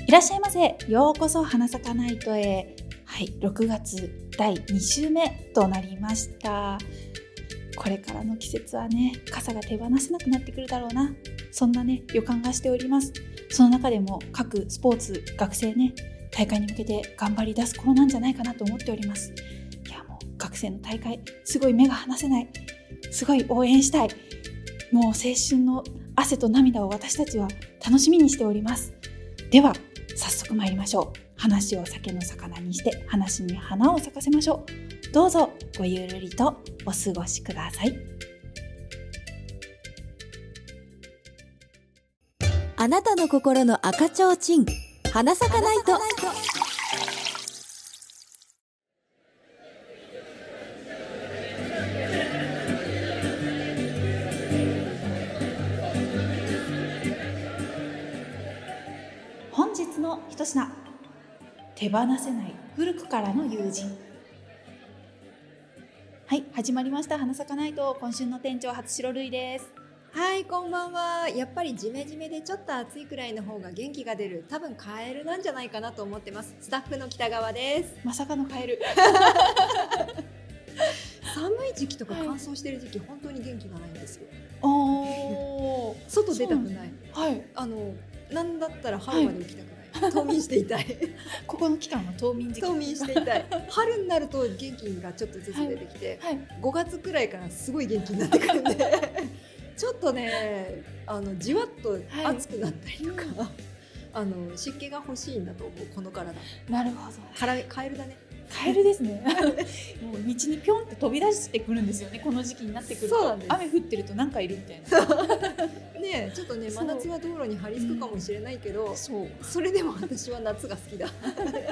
いらっしゃいませ。ようこそ花咲かナイトへ。はい、6月第2週目となりました。これからの季節はね、傘が手放せなくなってくるだろうな。そんなね、予感がしております。その中でも各スポーツ、学生ね、大会に向けて頑張り出す頃なんじゃないかなと思っております。いや、もう学生の大会、すごい目が離せない。すごい応援したい。もう青春の汗と涙を私たちは楽しみにしております。では、早速参りましょう。話を酒の魚にして話に花を咲かせましょう。どうぞごゆるりとお過ごしください。 あなたの心の赤ちょうちん、花咲かないと。 本日の一品、手放せない古くからの友人。はい、始まりました花咲かないと。今週の店長初白類です。 はい、こんばんは。やっぱりジメジメでちょっと暑いくらいの方が元気が出る、多分カエルなんじゃないかなと思ってます。スタッフの北川です。 まさかのカエル。 寒い時期とか乾燥してる時期、本当に元気がないんですよ。 おー、 外出たくない。 はい。 なんだったら春まで起きたくない。冬眠していたい。 ここの期間は冬眠時期。 冬眠していたい。春になると元気がちょっとずつ出てきて、 はい、 5月くらいからすごい元気になってくるんで。ちょっとね、じわっと暑くなったりとか、湿気が欲しいんだと思う、この体。 なるほど。 カエルだね。 カエルですね。もう道にピョンって飛び出してくるんですよね、この時期になってくると。 そうなんです。 雨降ってるとなんかいるみたいな。 ね、ちょっとね、真夏は道路に張り付くかもしれないけど、それでも私は夏が好きだ。 偉いな。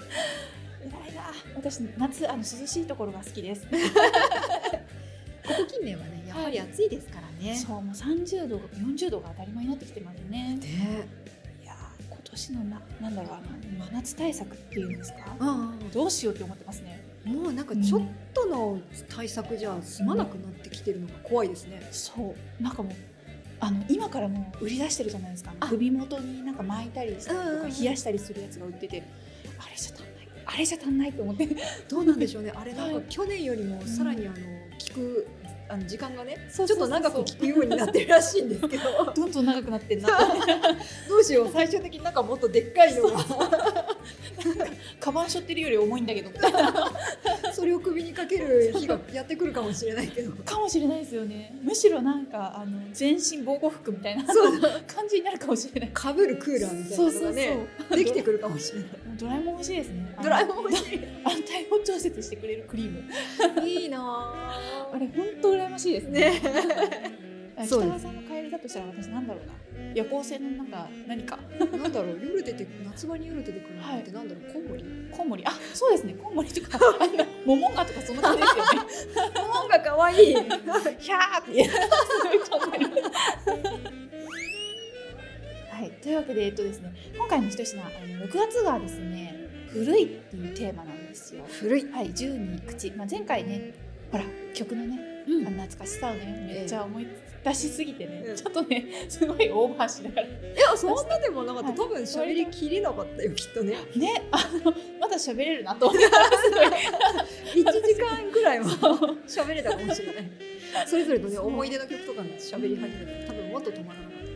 私夏涼しいところが好きです。 ここ近年はね、やっぱり暑いですからね。 そう、もう30度、40度が当たり前になってきてますね。いや、今年のなんだろう、真夏対策っていうんですか。どうしようって思ってますね。 もうなんかちょっとの対策じゃ済まなくなってきてるのが怖いですね。 そう、なんかもう今からもう売り出してるじゃないですか。首元になんか巻いたりしたりとか冷やしたりするやつが売ってて、あれじゃ足んない、あれじゃ足んないと思って。 どうなんでしょうね。あれなんか去年よりもさらに効く時間がね、ちょっと長く効くようになってるらしいんですけど、 どんどん長くなってんな。 どうしよう、最終的になんかもっとでっかいのがカバン背負ってるより重いんだけど。 それを首にかける日がやってくるかもしれないけど。 かもしれないですよね。むしろなんか全身防護服みたいな感じになるかもしれない。 かぶるクーラーみたいなのがね、できてくるかもしれない。 ドラえもん欲しいですね。 ドラえもん欲しい。 体温調節してくれるクリーム。 いいなあ。 あれ本当羨ましいですね。 そう北川さんのカエルだとしたら私なんだろうな。夜行性のなんか何か。 なんだろう、夜出て夏場に夜出てくるのってなんだろう、コウモリ。 コウモリ、あ、そうですね。コウモリとかモモンガとかそんな感じですよね。 モモンガ可愛い。 ヒャーってすごい飛んでる。はい、というわけでですね、今回の一品6月がですね、古いっていうテーマなんですよ。 古い。 はい、十二口。前回ね、ほら曲のね、懐かしさをねめっちゃ思い出しすぎてね、ちょっとねすごいオーバーしながら。いや、そんなでもなかった。多分喋りきれなかったよ、きっとね。 ね、まだ喋れるなと思って。 1時間ぐらいは喋れたかもしれない。それぞれのね、思い出の曲とか喋り始めたら多分もっと止まらなかった。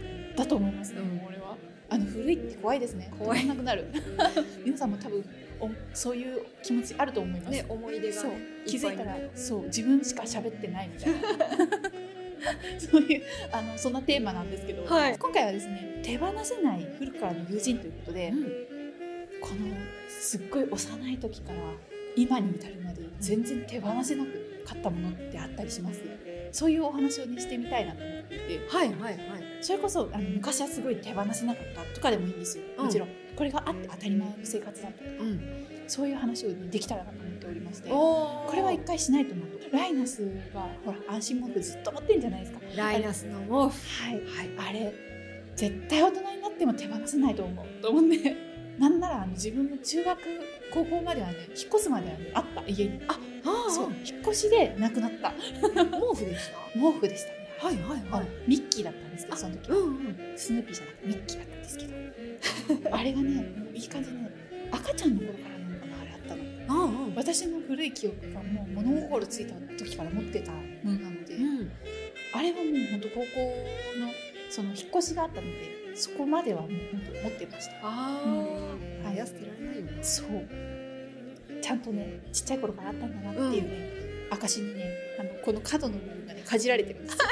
だと思いますね。俺は古いって怖いですね。怖いなくなる。皆さんも多分そういう気持ちあると思いますね。 思い出が気づいたら自分しか喋ってないみたいな。そういうそんなテーマなんですけど、今回はですね、手放せない古くからの友人ということで、このすっごい幼い時から今に至るまで全然手放せなかったものってあったりします？そういうお話をねしてみたいなと思っていて、それこそ昔はすごい手放せなかったとかでもいいんですよ。もちろんこれがあって当たり前の生活だったとか、そういう話を、できたらなと思っておりまして、これは一回しないとなと。ライナスがほら安心毛布ずっと持ってんじゃないですか。 ライナスの毛布、 あれ絶対大人になっても手放せないと思うと思うんで、なんなら自分の中学高校まではね、引っ越すまではねあった家に。そう、引っ越しでなくなった毛布でした。毛布でしたね。 はいはいはい。 ミッキーだったんですけど、その時は、スヌーピーじゃなくてミッキーだったんですけどあれがね、もういい感じでね、赤ちゃんの頃からなのかな、あれあったの。私の古い記憶がもう物心ついた時から持ってたものなので、あれはもう本当高校のその引っ越しがあったので、そこまではもう本当持ってました。 あや捨てられないよね。 そう、ちゃんとね、ちっちゃい頃からあったんだなっていうね、証にね、この角の部分がね、かじられてるんですよ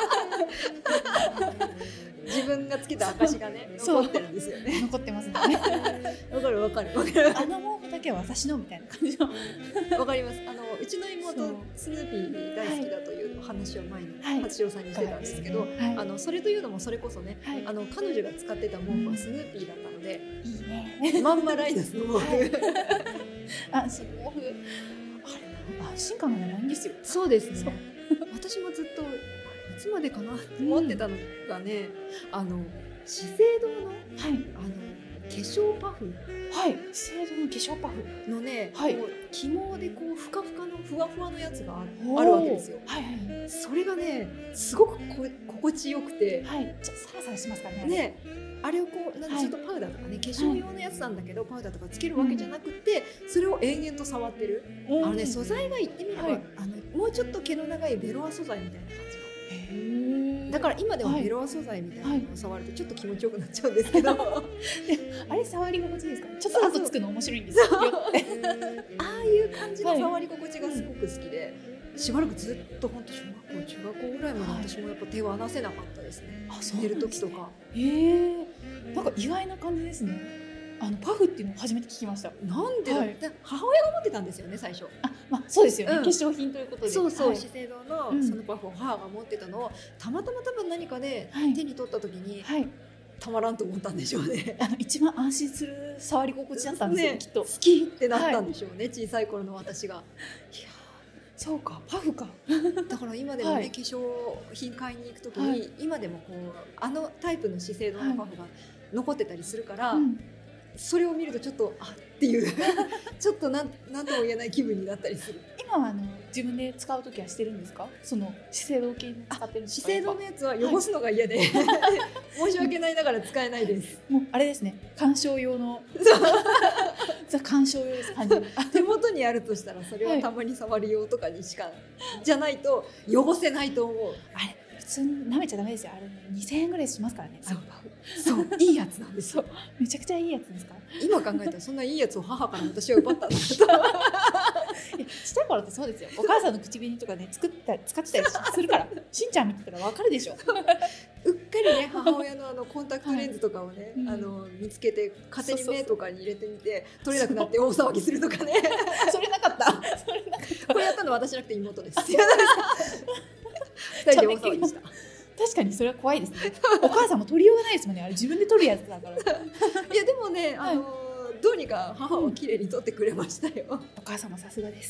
自分がつけた証がね、残ってるんですよね。 残ってますねわかるわかる。 毛布だけは私のみたいな感じのわかります。うちの妹スヌーピー大好きだという話を前に八郎さんにしてたんですけど、それというのもそれこそね、彼女が使ってた毛布はスヌーピーだったので、 いいね、 まんまライナスの毛布。 その毛布、あれ安心感がないんですよ。 そうですね。私もずっといつまでかなって思ってたのがね、資生堂の化粧パフ、 資生堂の化粧パフのね、こう紐でこうふかふかのふわふわのやつがあるわけですよ。それがね、すごく心地よくて、 ちょっとサラサラしますからね。あれをこうずっとパウダーとかね、化粧用のやつなんだけど、パウダーとかつけるわけじゃなくて、それを延々と触ってる。素材が言ってみれば、もうちょっと毛の長いベロア素材みたいな感じの。だから今ではベロア素材みたいなのを触るとちょっと気持ちよくなっちゃうんですけど、 あれ触り心地ですか？ちょっと後つくの面白いんですよ。 ああいう感じの触り心地がすごく好きで、しばらくずっと本当小学校中学校ぐらいまで私もやっぱ手を離せなかったですね。寝る時とか。 なんか意外な感じですね。パフっていうのを初めて聞きました。 なんで母親が持ってたんですよね、最初。 そうですよね、化粧品ということで。 そうそう、資生堂のそのパフを母が持ってたのをたまたま多分何かで手に取った時にたまらんと思ったんでしょうね。 一番安心する触り心地だったんですよ、きっと。 好きってなったんでしょうね、小さい頃の私が。いやそうか、パフか。 だから今でもね、化粧品買いに行く時に、今でもこうタイプの資生堂のパフが残ってたりするから、それを見るとちょっとっていうちょっとなんとも言えない気分になったりする。 今は自分で使う時はしてるんですか？その資生堂系に使ってるんですか？ 資生堂のやつは汚すのが嫌で、申し訳ないながら使えないです。 もうあれですね、鑑賞用の鑑賞用です。 手元にあるとしたらそれはたまに触る用とかにしかじゃないと汚せないと思う。 あれ普通に舐めちゃダメですよ。あれ2000円ぐらいしますからね。 そういいやつなんですよ。 めちゃくちゃいいやつですか？ 今考えたらそんないいやつを母から私は奪ったんだと。 ちっちゃい頃ってそうですよ。お母さんの口紅とかね使ってたりするからしんちゃん見てたらわかるでしょ。 うっかりね、母親のコンタクトレンズとかをね、見つけて勝手に目とかに入れてみて取れなくなって大騒ぎするとかね。 それなかった。 これやったの私じゃなくて妹です。2人で大騒ぎした。 確かにそれは怖いですね。お母さんも取りようがないですもんね。あれ自分で取るやつだから。いやでもね、どうにか母は綺麗に取ってくれましたよ。 お母様さすがです。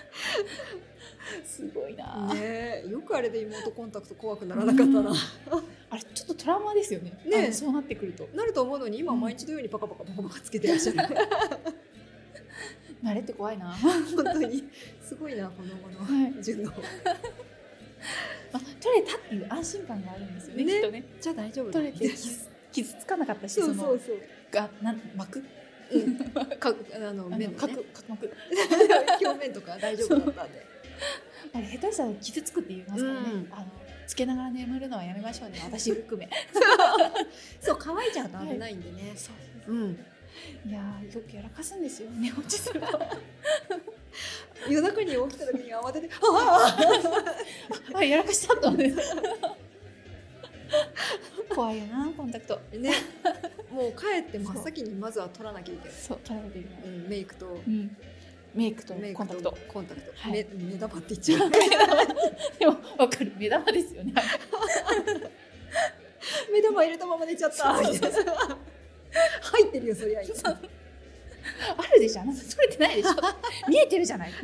すごいな。 ね、よくあれで妹コンタクト怖くならなかったな。 あれちょっとトラウマですよね。ね、そうなってくると。 なると思うのに今毎日のようにパカパカつけてらっしゃる。 慣れって怖いな。 本当にすごいな、このもの順応。 取れたっていう安心感があるんですよね。きっとね。 じゃあ大丈夫。 取れて傷つかなかったし、 そうが膜、 面の角膜表面とか大丈夫だったんで。 あれ下手したら傷つくって言いますからね。つけながら眠るのはやめましょうね。私含め。 そう、乾いちゃうと危ないんでね。 いやよくやらかすんですよ。寝落ちすると。 夜中に起きた時に慌ててやらかしたと思って。怖いよな、コンタクトね。もう帰って真っ先にまずは取らなきゃいけない。 そう、取らなきゃいけない。 メイクとコンタクト。 目玉って言っちゃう。 でもわかる、目玉ですよね。 目玉入れたまま寝ちゃった。入ってるよ、そりゃいい。 あるでしょ、あなた取れてないでしょ。見えてるじゃない。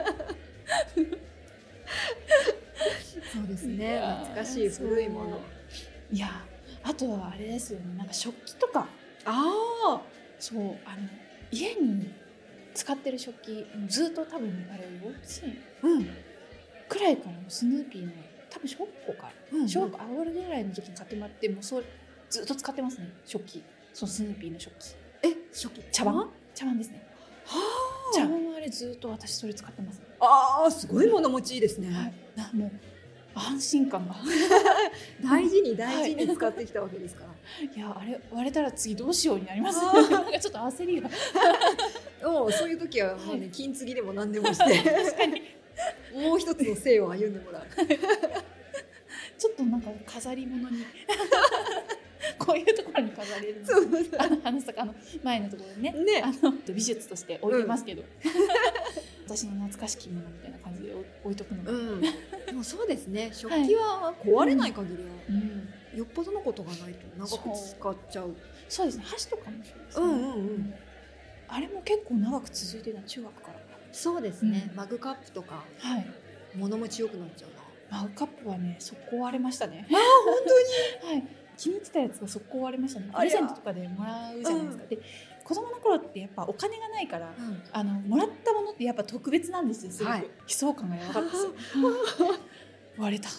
そうですね、懐かしい古いもの。 いや、あとはあれですよね、なんか食器とか。そう、家に使ってる食器ずっと多分あれ幼稚園くらいからのスヌーピーの多多分小学校から、小学校上がるぐらいの時に買ってもらって、もうそれずっと使ってますね。食器、そのスヌーピーの食器。 食器、 茶碗ですね。茶碗はあれずっと私それ使ってます、ね。 すごい物持ちいいですね。 もう安心感が大事に使ってきたわけですから。 いや、あれ割れたら次どうしようになります。なんかちょっと焦りが。 もうそういう時はもうね、金継ぎでも何でもして確かにもう一つの生を歩んでもらう。 ちょっとなんか飾り物にこういうところに飾れるの。花坂の前のところにね、美術として置いてますけど、私の懐かしきものみたいな感じで置いとくのが、 でもそうですね。食器は壊れない限りは、よっぽどのことがないと長く使っちゃう。 そうですね。箸とかもそうですね。あれも結構長く続いてた、中学から。 そうですね。マグカップとか、物持ちよくなっちゃうな。 マグカップはね、速攻割れましたね。 本当に。 気に入ってたやつが速攻割れましたね。プレゼントとかでもらうじゃないですか。で、子供の頃ってやっぱお金がないから、もらったものってやっぱ特別なんですよ。すごく悲壮感がやばかったですよ。割れた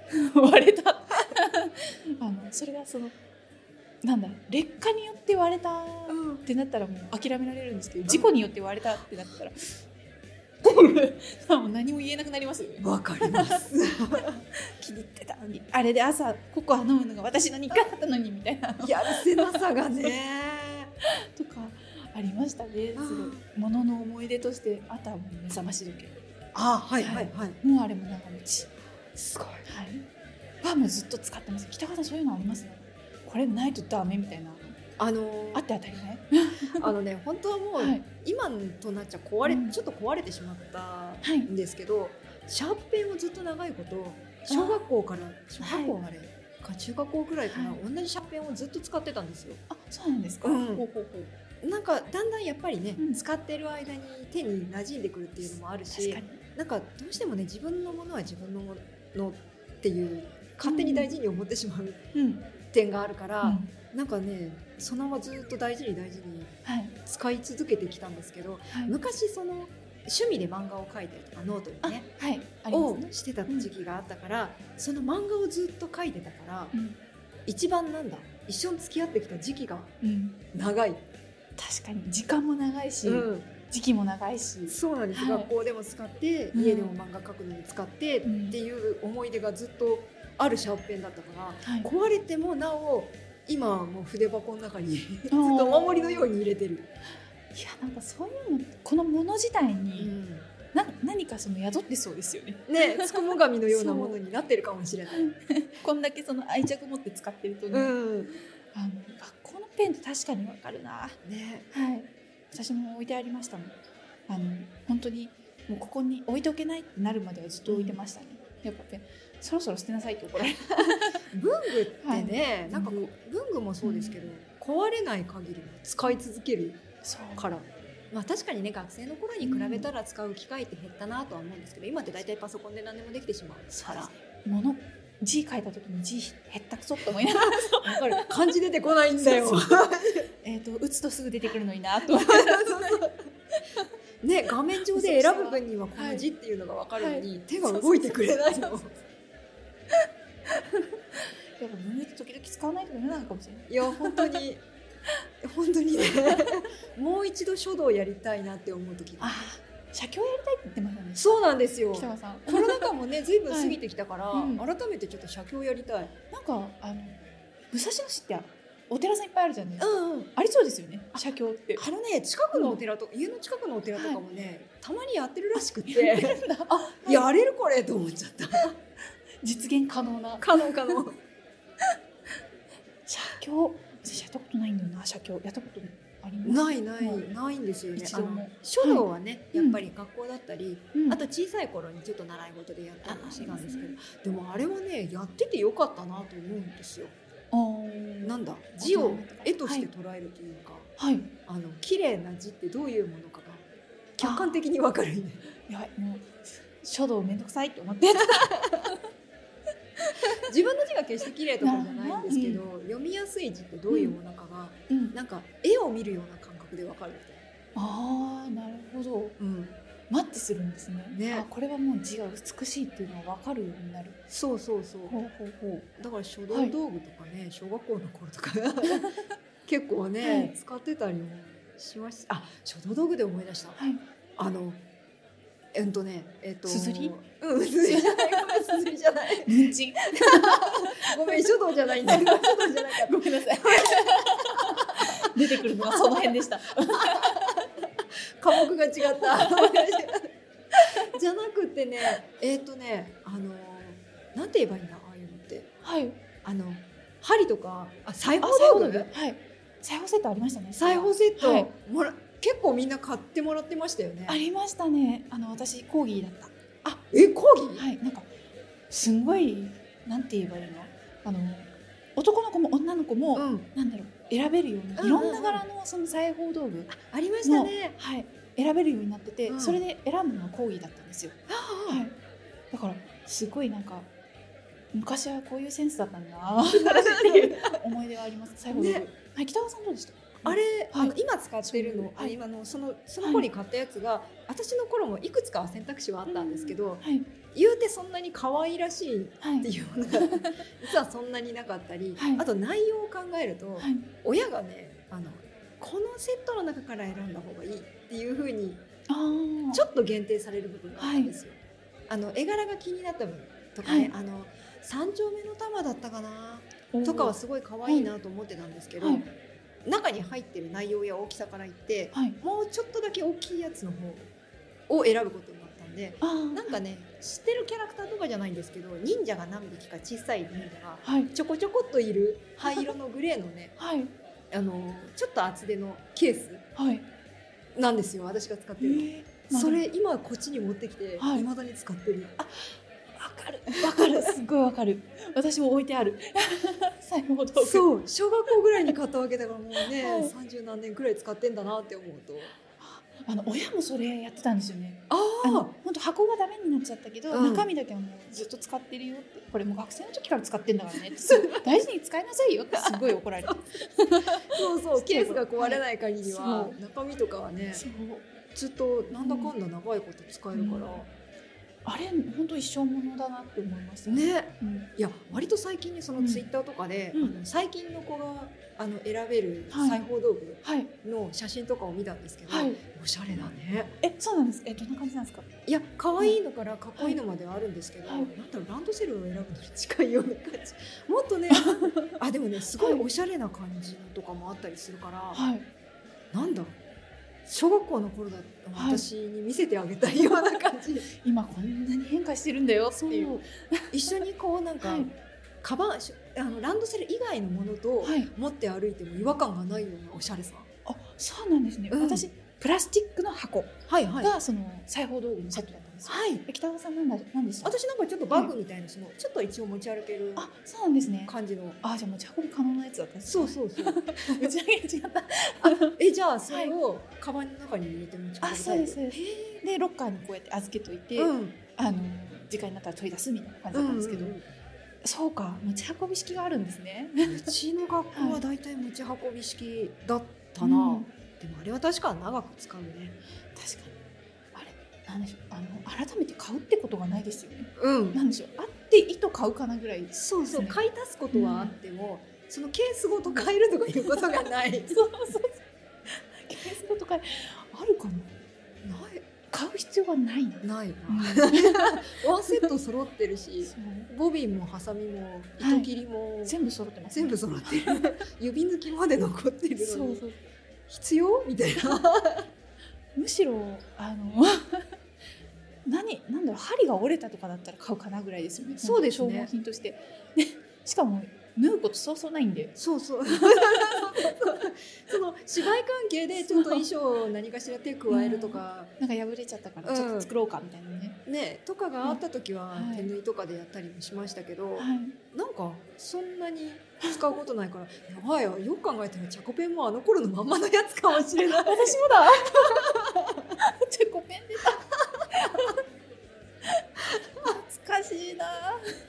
それが劣化によって割れたってなったらもう諦められるんですけど、事故によって割れたってなったらもう何も言えなくなりますよね。 わかります。 気に入ってたのに、あれで朝ココア飲むのが私の日課だったのにみたいな、 やるせなさがねとかありましたね。すごい物の思い出として。あとはもう目覚まし時計。もうあれも長持ち。 すごい。 もうずっと使ってます。北川さん、そういうのありますね。これないとダメみたいな。あって当たり前。 本当はもう、今となっちゃちょっと壊れてしまったんですけど、シャープペンをずっと長いこと小学校から中学校くらいから同じシャープペンをずっと使ってたんですよ。 そうなんですか。 なんかだんだんやっぱりね、使ってる間に手に馴染んでくるっていうのもあるし、なんかどうしてもね、自分のものは自分のものっていう勝手に大事に思ってしまう点があるから、なんかね、そのままずっと大事に使い続けてきたんですけど、昔その趣味で漫画を描いたりとかノートにね、をしてた時期があったから、その漫画をずっと描いてたから、一番一緒に付き合ってきた時期が長い。 確かに時間も長いし、時期も長いし。 そうなんです。学校でも使って、家でも漫画描くのに使ってっていう思い出がずっとあるシャープペンだったから、壊れてもなお今はもう筆箱の中にずっとお守りのように入れてる。 いや、なんかそういうの、このもの自体に、何か宿ってそうですよね。 つくも神のようなものになってるかもしれない。 こんだけ愛着持って使ってるとね。学校のペンって確かにわかるな。私も置いてありましたもん。本当にもうここに置いておけないってなるまではずっと置いてましたね。やっぱペンそろそろ捨てなさいって怒られる。 文具ってね、なんか文具もそうですけど、壊れない限り使い続けるから。確かにね、学生の頃に比べたら使う機会って減ったなとは思うんですけど、今って大体パソコンで何でもできてしまうから字書いた時に字減ったくそって思いながら分かる。漢字出てこないんだよ。 打つとすぐ出てくるのになと思ってね、画面上で選ぶ分にはこの字っていうのが分かるのに、手が動いてくれないの。やっぱ文具って時々使わないとダメなのかもしれない。 いや、本当にねもう一度書道やりたいなって思う時。 写経やりたいって言ってましたね。 そうなんですよ。 北川さん、 コロナ禍もね、ずいぶん過ぎてきたから、改めてちょっと写経やりたい。 なんか武蔵野市ってお寺さんいっぱいあるじゃないですか。ありそうですよね、写経って。 近くのお寺と家の近くのお寺とかもね、たまにやってるらしくて、やれるこれと思っちゃった。 実現可能な。 可能。 写経、私やったことないんだよな。写経やったことあります？ ないんですよね。 書道はね、やっぱり学校だったり、あと小さい頃にちょっと習い事でやったりもしてたんですけど、でもあれはね、やっててよかったなと思うんですよ。字を絵として捉えるというか、綺麗な字ってどういうものかが客観的に分かるね。 もう書道めんどくさいって思ってやってた。 自分の字が決して綺麗とかじゃないんですけど、読みやすい字ってどういうものかが、なんか絵を見るような感覚で分かるみたいな。 なるほど。 マッチするんですね。 ねあ、これはもう字が美しいっていうのが分かるようになる。 そうそうそう。 ほうほうほう。 だから書道道具とかね、小学校の頃とか結構ね、 はい使ってたりもしました。あ、書道道具で思い出した。 はい。 すすずり？ うん、すずりじゃない。ごめん、すずりじゃない。 文鎮。 ごめん、書道じゃないんだよ。書道じゃなかった。 ごめんなさい。出てくるのはその辺でした。 科目が違った。じゃなくてね、なんて言えばいいんだ、ああいうのって。 はい。 針とか、裁縫あ、 道具。 はい。裁縫セットありましたね。 裁縫セット、 はい結構みんな買ってもらってましたよね。 ありましたね。私コーギーだった。 あ、コーギー？ はい。なんかすんごいなんて言えばいいの？男の子も女の子も、なんだろう、選べるように、いろんな柄のその裁縫道具ありましたね。 はい。選べるようになってて、それで選んだのはコーギーだったんですよ。はい。だからすごいなんか昔はこういうセンスだったんだなっていう思い出はあります。裁縫道具。はい。北川さんどうでした？ あれ、今使ってるの、今のその子に買ったやつが、私の頃もいくつか選択肢はあったんですけど、言うてそんなに可愛らしいっていうのが実はそんなになかったり、あと内容を考えると、親がね、このセットの中から選んだ方がいいっていう風にちょっと限定される部分があったんですよ。絵柄が気になった分とかね、三丁目の玉だったかなとかはすごい可愛いなと思ってたんですけど、中に入ってる内容や大きさから言って、もうちょっとだけ大きいやつの方を選ぶことになったんで、なんかね、知ってるキャラクターとかじゃないんですけど、忍者が何匹か小さい忍者がちょこちょこっといる灰色のグレーのね、ちょっと厚手のケースなんですよ、私が使ってるの。それ今こっちに持ってきて未だに使ってる。 わかる、すごいわかる。私も置いてある。裁縫道具。 そう、小学校ぐらいに買ったわけだからもうね、30何年くらい使ってんだなって思うと。 親もそれやってたんですよね。 本当箱がダメになっちゃったけど、中身だけはもうずっと使ってるよって、これもう学生の時から使ってんだからねって、大事に使いなさいよってすごい怒られて。 そうそう、ケースが壊れない限りは中身とかはね、ずっとなんだかんだ長いこと使えるから。 あれ本当一生ものだなって思いましたね。いや、割と最近にそのツイッターとかで、最近の子が選べる裁縫道具の写真とかを見たんですけど、おしゃれだね。 そうなんです。どんな感じなんですか？ いや、可愛いのからかっこいいのまではあるんですけど、なんだろう、ランドセルを選ぶのに近いような感じ。もっとね、でもね、すごいおしゃれな感じとかもあったりするから、なんだ。小学校の頃だった私に見せてあげたいような感じ。 今こんなに変化してるんだよっていう。 一緒にこうなんか、カバン、ランドセル以外のものと持って歩いても違和感がないようなおしゃれさ。 そうなんですね。私プラスチックの箱がその裁縫道具のセットだったんですよ。北川さん何でした？ 私なんかちょっとバッグみたいな、ちょっと一応持ち歩けるそうなんですね。 感じの。 じゃあ持ち運び可能なやつだったんですね。そう。打ち上げ違った。 じゃあそれをカバンの中に入れて持ち運ぶタイプ？ そうです。でロッカーにこうやって預けといて、時間になったら取り出すみたいな感じだったんですけど。そうか、持ち運び式があるんですね。 うちの学校はだいたい持ち運び式だったな。でもあれは確か長く使うね。 確かに。なんでしょう、改めて買うってことがないですよね。なんでしょう、あって糸買うかなぐらい。 そう、買い足すことはあっても、そのケースごと買えるとかいうことがない。そうケースごと買えあるかな。ない。買う必要はないな。 ワンセット揃ってるし、ボビンもハサミも糸切りも全部揃ってます。 全部揃ってる。指抜きまで残ってるのに必要みたいな。 むしろなんだろう、針が折れたとかだったら買うかなぐらいですよね。 そうですね。 消耗品としてしかも縫うことそうそうないんで。 その芝居関係でちょっと衣装を何かしら手加えるとか、 なんか破れちゃったからちょっと作ろうかみたいなねとかがあった時は手縫いとかでやったりもしましたけど、なんかそんなに使うことないから、やばいよ、よく考えたらチャコペンもあの頃のまんまのやつかもしれない。 私もだ。チャコペン出た。懐かしいな。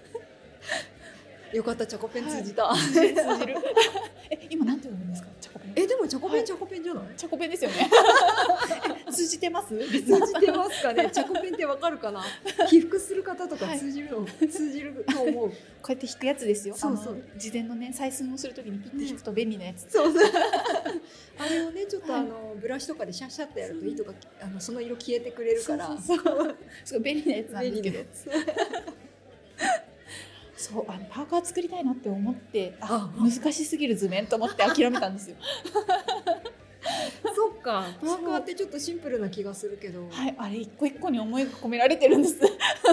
よかった、チャコペン通じた。 通じる。今なんて読むんですか、チャコペン。 でもチョコペン、 はいチョコペンじゃない？ チャコペンですよね通じてます通じてますかね。チャコペンってわかるかな。被服する方とか通じるの、通じると思う。 こうやって引くやつですよ。 そうそう事前のね採寸をするときにピッて引くと便利なやつ、 そうそうあれをねちょっとはいブラシとかでシャッシャッとやると糸がその色消えてくれるから、 そうすごい便利なやつなんですけど、 便利なやつそうパーカー作りたいなって思ってあ難しすぎる図面と思って諦めたんですよそっか、パーカーってちょっとシンプルな気がするけど、 はいあれ一個一個に思いが込められてるんです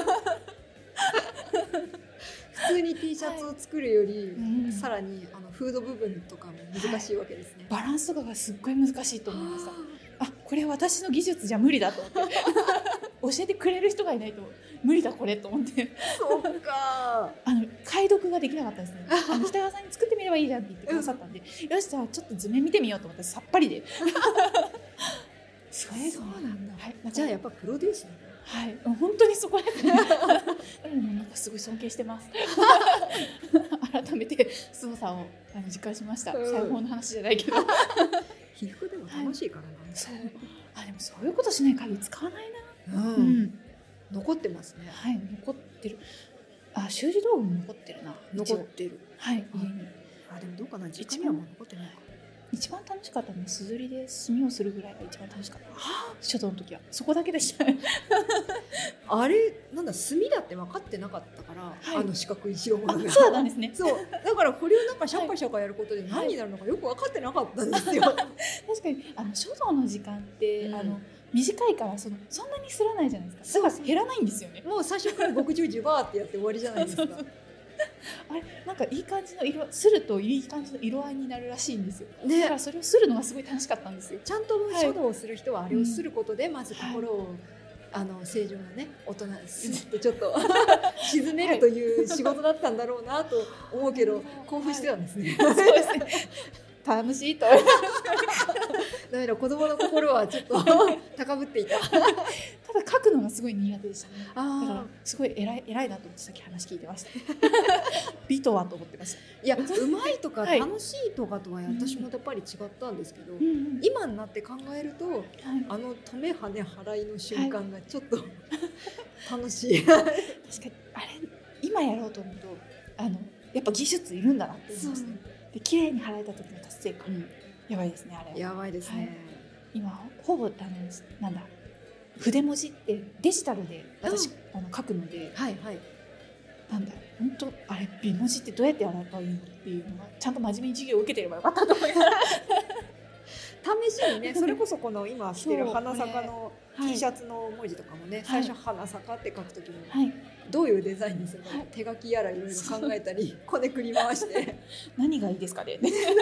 普通に T シャツを作るより、 うんさらにフード部分とかも難しいわけですね。 バランスとかがすっごい難しいと思いましたこれは私の技術じゃ無理だと思って教えてくれる人がいないと無理だこれと思ってそっか解読ができなかったですね北川さんに作ってみればいいじゃんって言ってくださったんで、よしじゃあちょっと図面見てみようと思ってさっぱりでそれそうなんだ、 はい、 じゃあやっぱプロデュースなの？ はい本当にそこですねなんかすごい尊敬してます改めて凄さを実感しました、裁縫の話じゃないけど皮膚でも楽しいからな、 そうでもそういうことしない限り使わないな残ってますね。 はい残ってる修理道具も残ってるな残ってる。 はい家にでもどうかな、実家にはもう残ってないか。 一番楽しかったのはすずりで墨をするぐらいが一番楽しかった書道の時はそこだけでしたあれなんだ、墨だって分かってなかったから、 はい四角い白物がそうなんですねそうだからこれをなんかシャカシャカやることで何になるのかよく分かってなかったんですよ、 確かに書道の時間って、短いからそんなにすらないじゃないですか。だから減らないんですよね。 もう最初から極十字バーってやって終わりじゃないですか。 あれなんかいい感じの色するといい感じの色合いになるらしいんですよ。だねからそれをするのがすごい楽しかったんですよ。 ちゃんと書道をする人はあれをすることでまず心を、正常なね大人スッとちょっと沈めるという仕事だったんだろうなと思うけど、興奮してたんですね。 そうですね。楽しいと。 だから子供の心はちょっと高ぶっていた。 ただ書くのがすごい苦手でしたね。だからあすごい偉いなと思ってさっき話聞いてました。美とはと思ってました。 いや、うまいとかはい楽しいとかとは私もやっぱり違ったんですけど、 うんうん今になって考えるとはい止め跳ね払いの瞬間がちょっと楽しい。 確かにあれ今やろうと思うとやっぱ技術いるんだなって思いますね。で綺麗に払えた時の達成感、やばいですねあれ。 やばいですね。 今ほぼなんだ筆文字ってデジタルで私、書くので、 はいはい。 なんだ本当あれ美文字ってどうやってやればいいのっていうのがちゃんと真面目に授業を受けてればよかったと思います。 試しにね、それこそこの今着てるそう花坂のはい T シャツの文字とかもね、最初花坂って書くときもはいどういうデザインにするか、 はい手書きやらいろいろ考えたりこねくり回して何がいいですかね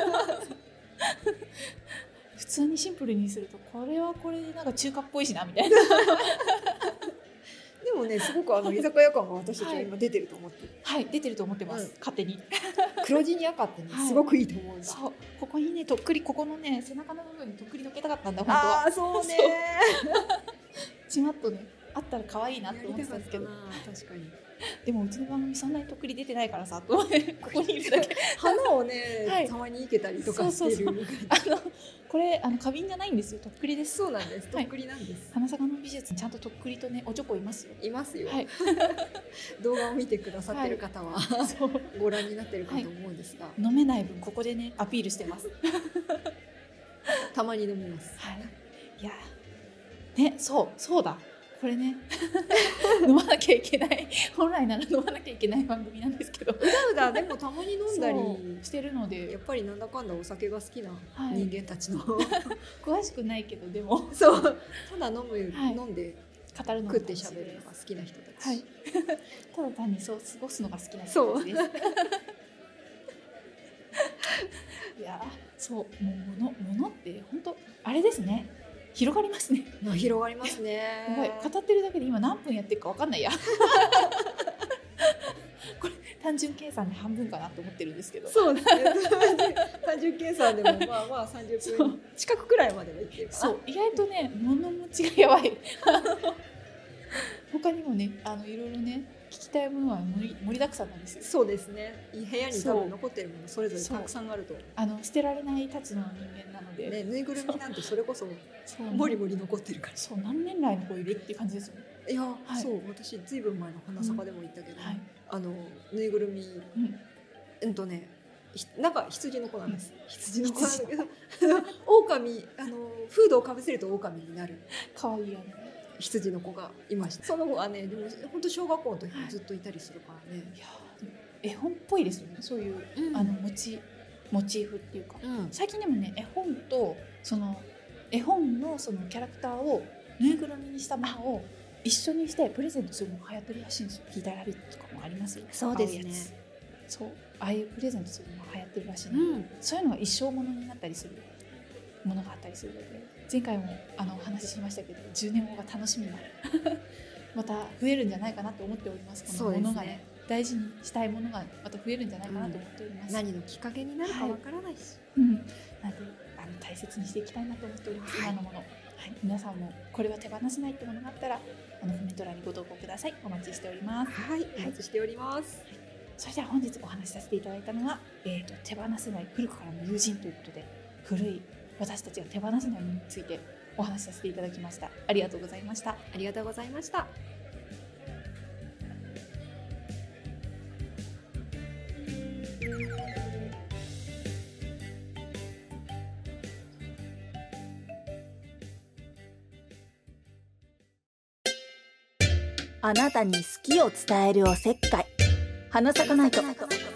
普通にシンプルにするとこれはこれでなんか中華っぽいしなみたいなでもね、すごく居酒屋感が私たちは今出てると思ってる、 はい出てると思ってます、勝手に黒地に赤ってね、 はいすごくいいと思うんだ。 そうここにねとっくりここのね背中の部分にとっくりのけたかったんだ本当は。 そうね。 ちまっとねあったら可愛いなって思ってたんですけど、 確かにでもうちの番組そんなにとっくり出てないからさと思ってここにいるだけ花をね、 はいたまに生けたりとかしてる。 そうこれ花瓶じゃないんですよとっくりです。 そうなんです。とっくりなんです。 花坂の美術にちゃんととっくりとねおちょこいますよ。 いますよ。 はい動画を見てくださってる方は、 そうご覧になってるかと思うんですが、 飲めない分ここでねアピールしてます。 たまに飲みます。 はいいやねそうだこれね飲まなきゃいけない本来なら飲まなきゃいけない番組なんですけどうだうだでもたまに飲んだりそうしてるのやでっぱりなんだかんだお酒が好きなはい人間たちの、 詳しくないけどでもそうただ飲む、 はい飲んで語るの食って喋るのが好きな人たち、 はいただ単にそう過ごすのが好きな人たちです。いやそうもう物って本当あれですね広がりますね。 まあ広がりますね。 やばい語ってるだけで今何分やってるか分かんないやこれ単純計算で半分かなと思ってるんですけどそうですね単純計算でもまあまあ30分近くくらいまではいってるかな。 そう意外とね物持ちがやばい他にもねいろいろねきたいものは盛りだくさんなんですよ。 そうですね。部屋に多分残ってるものそれぞれたくさんあると。 捨てられないたちの人間なので、 ね、ぬいぐるみなんてそれこそもりもり残ってるから。 そう、何年来の子いるっていう感じですよね。 いや、そう、私ずいぶん前の花坂でも言ったけど、ぬいぐるみ、なんか羊の子なんです。羊の子なんだけど、狼、フードをかぶせると狼になる。 可愛いよね。 羊の子がいました。その子はね、でも本当小学校の時にずっといたりするからね。 いや、絵本っぽいですよね。そういうモチーフっていうか、最近でもね、絵本とその絵本のそのキャラクターをぬいぐるみにしたものを一緒にしてプレゼントするのが流行ってるらしいんですよ。ピーターラビットとかもありますよ。 そうですね。 そう、ああいうプレゼントするのが流行ってるらしいので、そういうのが一生ものになったりするものがあったりするので、前回もお話ししましたけど、10年後が楽しみなまた増えるんじゃないかなと思っております。このものがね、大事にしたいものがまた増えるんじゃないかなと思っております。 何のきっかけになるかわからないし、 なんで大切にしていきたいなと思っております。今のもの、皆さんもこれは手放せないってものがあったらコメント欄にご投稿ください。お待ちしております。 お待ちしております。 それでは本日お話しさせていただいたのは、手放せない古くからの友人ということで、古い私たちが手放せないものについてお話しさせていただきました。ありがとうございました。 ありがとうございました。 あなたに好きを伝えるおせっかい、花咲かないと。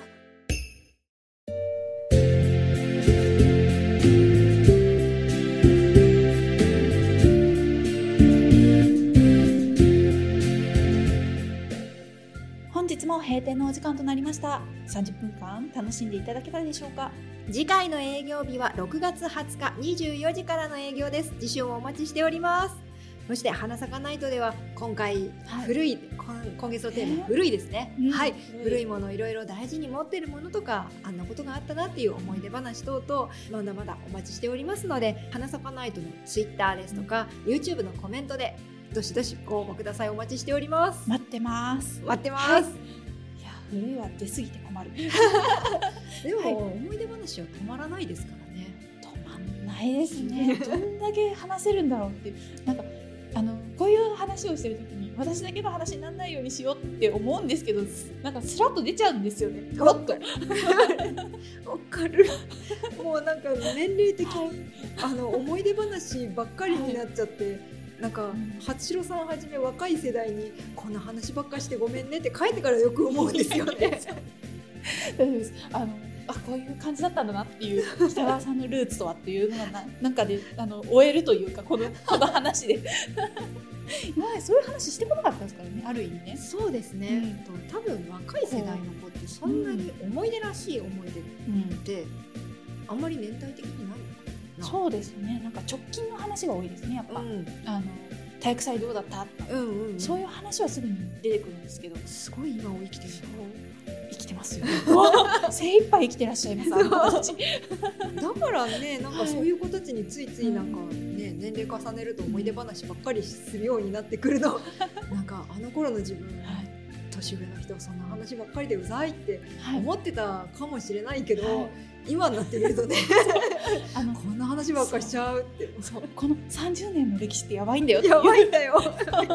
本日も閉店のお時間となりました。30分間楽しんでいただけたでしょうか。 次回の営業日は6月20日24時からの営業です。次週もお待ちしております。そして花咲かナイトでは今回古い、今月のテーマ古いですね、古いもの、いろいろ大事に持っているものとか、あんなことがあったなっていう思い出話等々まだまだお待ちしておりますので、花咲かナイトの Twitter ですとか、YouTube のコメントでどしどしご応募ください。お待ちしております。 待ってます。 いや、 古いは出過ぎて困るでも、思い出話は止まらないですからね。 止まんないですねどんだけ話せるんだろうっていう、なんかこういう話をしてる時に私だけの話にならないようにしようって思うんですけど、なんかスラッと出ちゃうんですよね。 ポロッとわかるもうなんか年齢的に思い出話ばっかりになっちゃって、なんか八代さんはじめ若い世代にこんな話ばっかしてごめんねって書いてからよく思うんですよね大丈夫です。こういう感じだったんだなっていう、北川さんのルーツとはっていうのがなんかで終えるというか、この話で今までそういう話してこなかったですからね、ある意味ね。 そうですね、多分若い世代の子ってそんなに思い出らしい思い出ってあんまり年代的にないのかな。 そうですね、なんか直近の話が多いですね、やっぱ、体育祭どうだったとか、そういう話はすぐに出てくるんですけど、 すごい今を生きてる生きてますよね精一杯生きてらっしゃいます、あの子たちだからね、なんかそういう子たちについついなんかね、年齢重ねると思い出話ばっかりするようになってくるのなんかあの頃の自分、年上の人はそんな話ばっかりでうざいって思ってたかもしれないけど、今になってみるとねこんな話ばっかりしちゃうって、 そう、この30年の歴史ってやばいんだよっていう、 やばいんだよ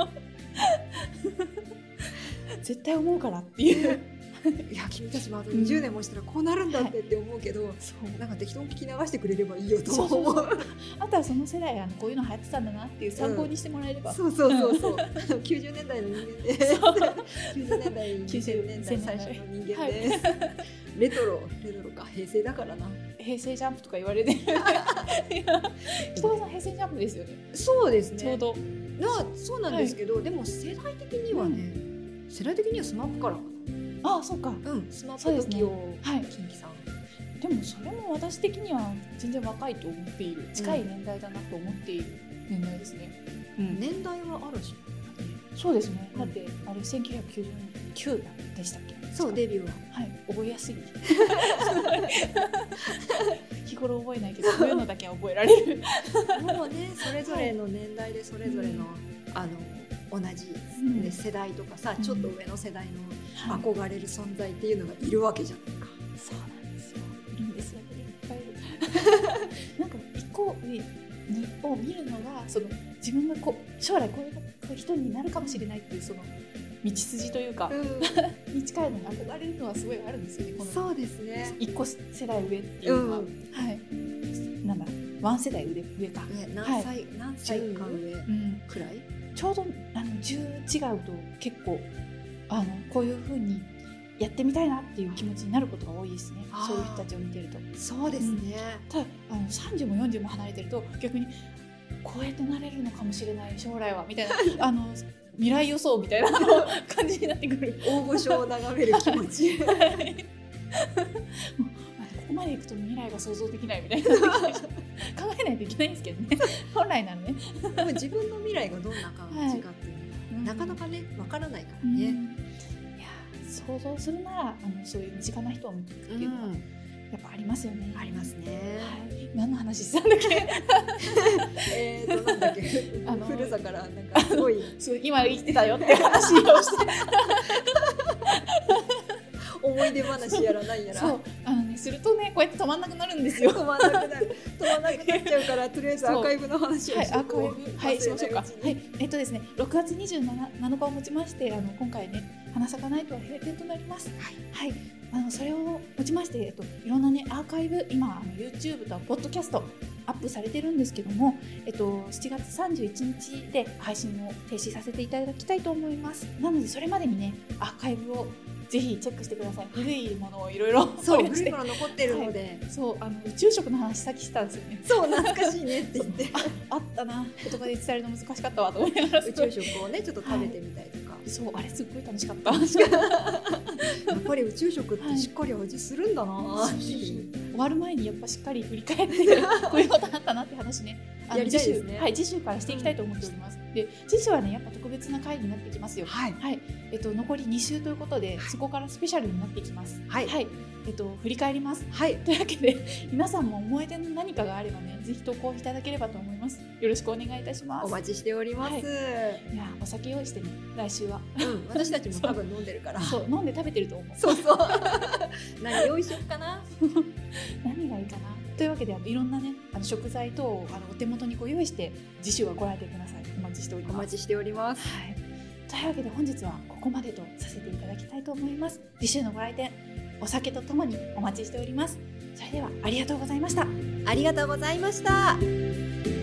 絶対思うからっていういや、君たちもあと20年もしたらこうなるんだって思うけど、なんか適当に聞き流してくれればいいよと思う。 あとはその世代こういうの流行ってたんだなっていう参考にしてもらえれば、 そう90年代の人間です90年代2000年代最初の人間です、レトロか、平成だからな、 平成ジャンプとか言われてる北川さん平成ジャンプですよね。 そうですね、 ちょうどそうなんですけど、でも世代的にはね、世代的にはスマップからかな。 ああ、そうか、 スマップ時を近畿さん、 でもそれも私的には全然若いと思っている、近い年代だなと思っている年代ですね。 年代は嵐。 そうですね、だってあれ1999でしたっけ。 そう、デビューは覚えやすい日頃覚えないけど、そういうのだけは覚えられるもうね、それぞれの年代でそれぞれの、 同じ、 うんね、世代とかさ、 うんちょっと上の世代はいの憧れる存在っていうのがいるわけじゃないか。 そうなんですよ。いるんですよね。いっぱいいる。なんか一個にを見るのがその自分が将来こういう人になるかもしれないっていうその道筋というか、に近いのに憧れるのはすごいあるんですよね。このそうですね。 一個世代上っていうのは、はい。なんだワン世代上か。 何歳か上くらい？ ちょうど10違うと結構こういう風にやってみたいなっていう気持ちになることが多いですね。そういう人たちを見てると。 そうですね。 ただ30も40も離れてると逆にこうやってなれるのかもしれない将来はみたいな未来予想みたいな感じになってくる。 大御所を眺める気持ち。 ここまでいくと未来が想像できないみたいな考えないといけないんですけどね。本来ならね。 でも自分の未来がどんな感じかっていうのは、なかなかねわからないからね。 いや想像するならそういう身近な人を見ていくっていうのは、やっぱありますよね。 ありますね。 はい、何の話したんだっけ？ なんだっけ？古さからなんかすごい今生きてたよって話をして思い出話やらないやら。 そうするとねこうやって止まんなくなるんですよ。 止まんなくなっちゃうからとりあえずアーカイブの話をしてアーカイブはいしましょうか。はいですね6月27日をもちまして今回ね花咲かないとは閉店となります。はい。それをもちまして、いろんなねアーカイブ今YouTube とポッドキャストアップされてるんですけども、7月31日で配信を停止させていただきたいと思います。なのでそれまでにねアーカイブをぜひチェックしてください。古いものをいろいろそう古いもの残ってるので、 そう宇宙食の話さっきしたんですよね。 そう懐かしいねって言ってあったな言葉で伝えるの難しかったわと思いながら宇宙食をねちょっと食べてみたりとか、 そうあれすっごい楽しかった。 やっぱり宇宙食ってしっかり味するんだなっていう、 終わる前にやっぱしっかり振り返ってこういうことあったなって話ねやりたいですね。 次週からしていきたいと思っております。で次週はねやっぱ特別な回になってきますよ。残り2週ということで、そこからスペシャルになってきます。振り返ります。というわけで皆さんも思い出の何かがあればねぜひ投稿いただければと思います。よろしくお願いいたします。 お待ちしております。 いやお酒用意してね来週は。 私たちも多分飲んでるから。 そう飲んで食べてると思う。 そう何用意しようかな。 何がいいかな。というわけでいろんなね食材等をお手元にご用意して次週はご来店ください。お待ちしております。 お待ちしております。 というわけで本日はここまでとさせていただきたいと思います。次週のご来店お酒とともにお待ちしております。それではありがとうございました。 ありがとうございました。